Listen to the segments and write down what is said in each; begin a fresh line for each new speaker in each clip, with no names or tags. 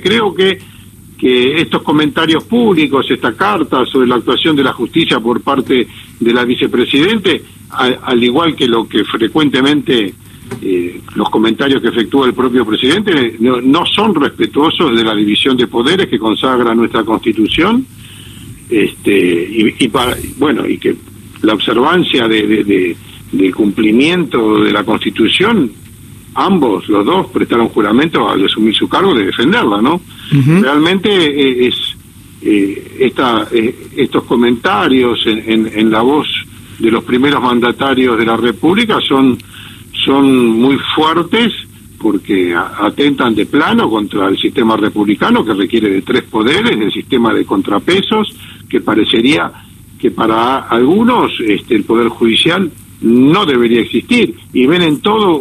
creo que estos comentarios públicos, esta carta sobre la actuación de la justicia por parte de la vicepresidente, al igual que lo que frecuentemente los comentarios que efectúa el propio presidente, no son respetuosos de la división de poderes que consagra nuestra Constitución, y que la observancia de cumplimiento de la Constitución, ambos, los dos, prestaron juramento al asumir su cargo de defenderla, ¿no? Uh-huh. Realmente estos comentarios en la voz de los primeros mandatarios de la República son muy fuertes, porque atentan de plano contra el sistema republicano, que requiere de 3 poderes, del sistema de contrapesos, que parecería que para algunos el Poder Judicial no debería existir, y ven en todo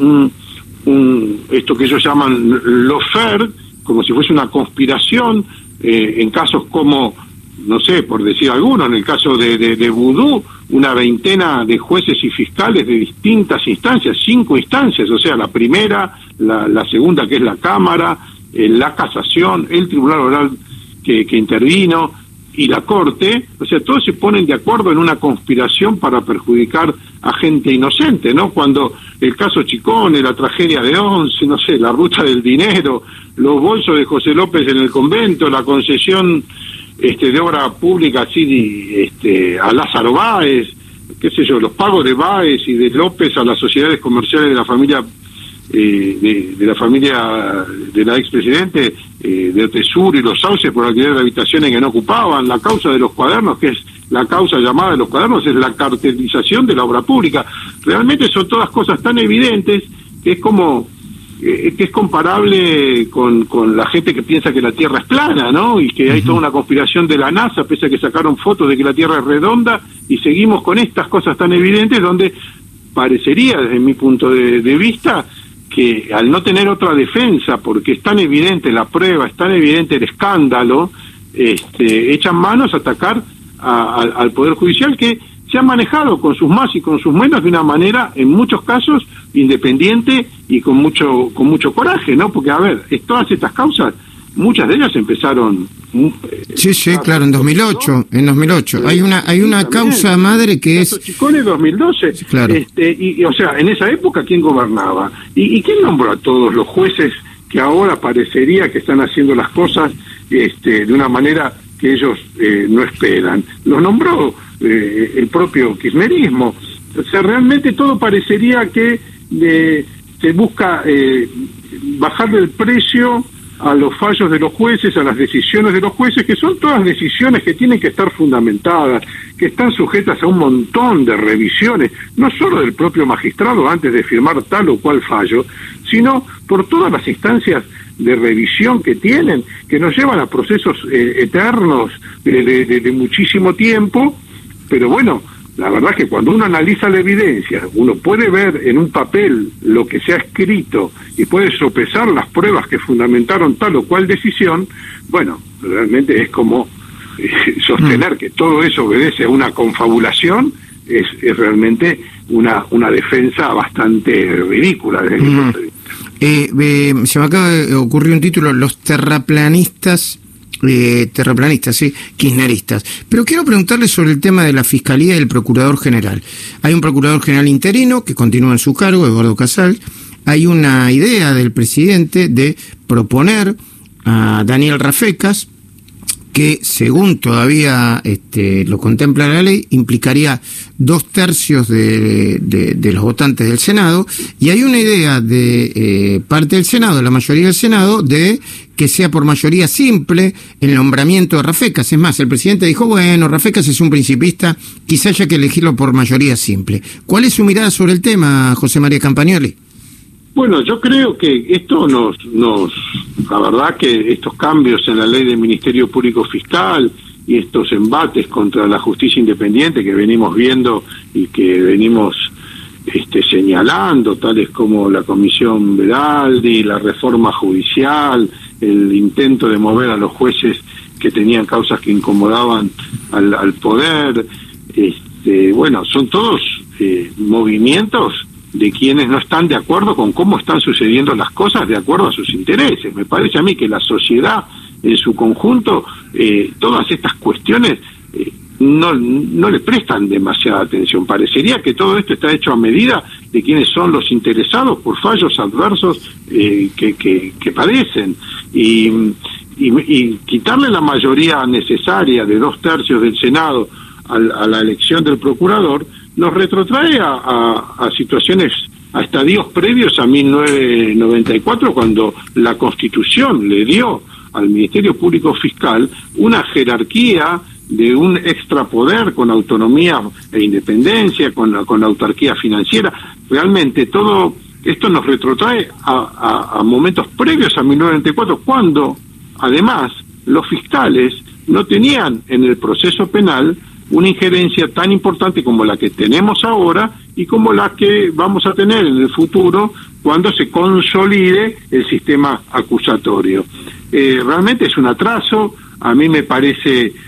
esto que ellos llaman lawfare, como si fuese una conspiración, en casos como, no sé, por decir alguno, en el caso de Vudú, una veintena de jueces y fiscales de distintas instancias, 5 instancias, o sea, la primera, la segunda, que es la Cámara, la Casación, el Tribunal Oral que intervino, y la Corte, o sea, todos se ponen de acuerdo en una conspiración para perjudicar a gente inocente, ¿no? Cuando el caso Chicone, la tragedia de Once, no sé, la ruta del dinero, los bolsos de José López en el convento, la concesión de obra pública así a Lázaro Báez, qué sé yo, los pagos de Báez y de López a las sociedades comerciales de la familia de la familia de la expresidente, de Otesur y los sauces por alquiler de habitaciones que no ocupaban, la causa de los cuadernos, que es la causa llamada de los cuadernos, es la cartelización de la obra pública. Realmente son todas cosas tan evidentes que es como que es comparable con la gente que piensa que la Tierra es plana, ¿no? Y que hay toda una conspiración de la NASA, pese a que sacaron fotos de que la Tierra es redonda, y seguimos con estas cosas tan evidentes donde parecería, desde mi punto de vista, que al no tener otra defensa, porque es tan evidente la prueba, es tan evidente el escándalo, echan manos a atacar al Poder Judicial, que se ha manejado con sus más y con sus menos de una manera, en muchos casos, independiente y con mucho coraje, ¿no? Porque, a ver, todas estas causas, muchas de ellas empezaron...
claro, en 2008, Hay una causa madre que es...
Chicone 2012,
claro.
O sea, en esa época, ¿quién gobernaba? ¿Y quién nombró a todos los jueces que ahora parecería que están haciendo las cosas de una manera que ellos no esperan? Los nombró el propio kirchnerismo. O sea, realmente todo parecería que se busca bajarle el precio a los fallos de los jueces, a las decisiones de los jueces, que son todas decisiones que tienen que estar fundamentadas, que están sujetas a un montón de revisiones, no solo del propio magistrado antes de firmar tal o cual fallo, sino por todas las instancias de revisión que tienen, que nos llevan a procesos eternos de muchísimo tiempo. Pero bueno, la verdad es que cuando uno analiza la evidencia, uno puede ver en un papel lo que se ha escrito y puede sopesar las pruebas que fundamentaron tal o cual decisión. Bueno, realmente es como sostener que todo eso obedece a una confabulación, es realmente una defensa bastante ridícula desde mi punto de vista.
Se me acaba de ocurrir un título: los terraplanistas, sí, kirchneristas. Pero quiero preguntarle sobre el tema de la Fiscalía y el Procurador General. Hay un Procurador General interino que continúa en su cargo, Eduardo Casal. Hay una idea del presidente de proponer a Daniel Rafecas, que según todavía lo contempla la ley, implicaría 2/3 de los votantes del Senado, y hay una idea de parte del Senado, la mayoría del Senado, de que sea por mayoría simple el nombramiento de Rafecas. Es más, el presidente dijo, bueno, Rafecas es un principista, quizá haya que elegirlo por mayoría simple. ¿Cuál es su mirada sobre el tema, José María Campagnoli?
Bueno, yo creo que esto la verdad que estos cambios en la ley del Ministerio Público Fiscal y estos embates contra la justicia independiente que venimos viendo y que venimos señalando, tales como la Comisión Veraldi, la reforma judicial, el intento de mover a los jueces que tenían causas que incomodaban al poder, bueno, son todos movimientos de quienes no están de acuerdo con cómo están sucediendo las cosas de acuerdo a sus intereses. Me parece a mí que la sociedad en su conjunto, todas estas cuestiones no le prestan demasiada atención. Parecería que todo esto está hecho a medida de quienes son los interesados por fallos adversos que padecen. Y quitarle la mayoría necesaria de 2/3 del Senado a la elección del procurador nos retrotrae a situaciones, a estadios previos a 1994, cuando la Constitución le dio al Ministerio Público Fiscal una jerarquía de un extrapoder con autonomía e independencia, con autarquía financiera. Realmente todo esto nos retrotrae a momentos previos a 1994, cuando además los fiscales no tenían en el proceso penal una injerencia tan importante como la que tenemos ahora y como la que vamos a tener en el futuro cuando se consolide el sistema acusatorio. Realmente es un atraso. A mí me pareció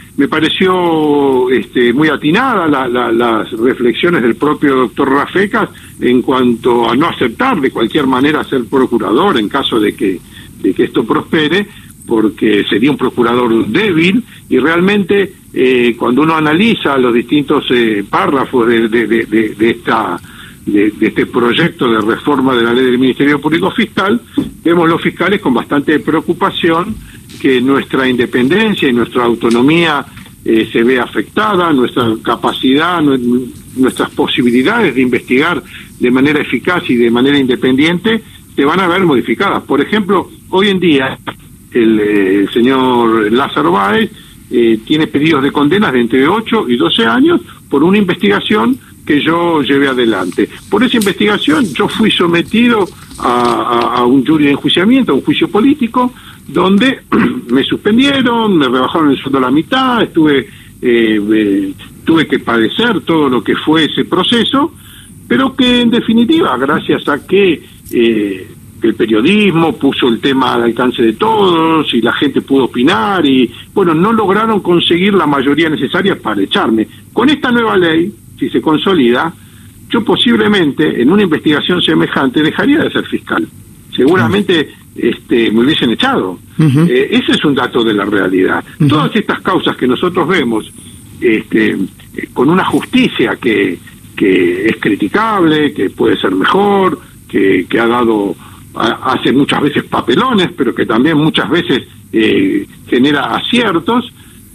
muy atinada las reflexiones del propio doctor Rafecas en cuanto a no aceptar de cualquier manera ser procurador en caso de que esto prospere, porque sería un procurador débil. Y realmente cuando uno analiza los distintos párrafos de este proyecto de reforma de la ley del Ministerio Público Fiscal, vemos los fiscales con bastante preocupación que nuestra independencia y nuestra autonomía se ve afectada, nuestra capacidad, nuestras posibilidades de investigar de manera eficaz y de manera independiente se van a ver modificadas. Por ejemplo, hoy en día el señor Lázaro Báez tiene pedidos de condenas de entre 8 y 12 años por una investigación que yo llevé adelante. Por esa investigación yo fui sometido a un jury de enjuiciamiento, a un juicio político, donde me suspendieron, me rebajaron el sueldo a la mitad, tuve que padecer todo lo que fue ese proceso, pero que en definitiva, gracias a que el periodismo puso el tema al alcance de todos y la gente pudo opinar y, bueno, no lograron conseguir la mayoría necesaria para echarme. Con esta nueva ley, si se consolida, yo posiblemente en una investigación semejante dejaría de ser fiscal. Seguramente me hubiesen echado. Ese es un dato de la realidad. Todas estas causas que nosotros vemos con una justicia que es criticable, que puede ser mejor, que hace muchas veces papelones, pero que también muchas veces genera aciertos,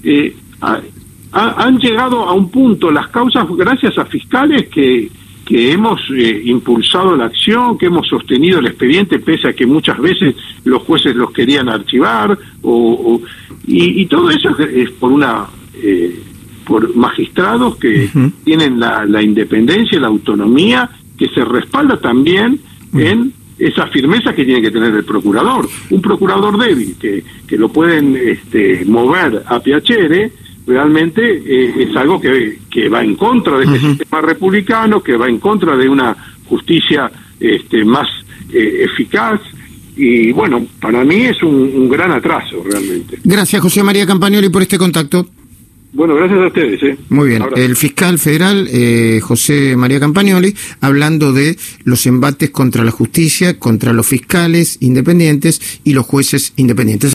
han llegado a un punto las causas gracias a fiscales que hemos impulsado la acción, que hemos sostenido el expediente pese a que muchas veces los jueces los querían archivar, y todo eso es por magistrados que tienen la independencia y la autonomía, que se respalda también en esa firmeza que tiene que tener el procurador. Un procurador débil que lo pueden mover a piacere, realmente es algo que va en contra de este sistema republicano, que va en contra de una justicia más eficaz. Y bueno, para mí es un gran atraso realmente.
Gracias, José María Campagnoli, por este contacto.
Bueno, gracias a ustedes.
Muy bien. El fiscal federal José María Campagnoli, hablando de los embates contra la justicia, contra los fiscales independientes y los jueces independientes.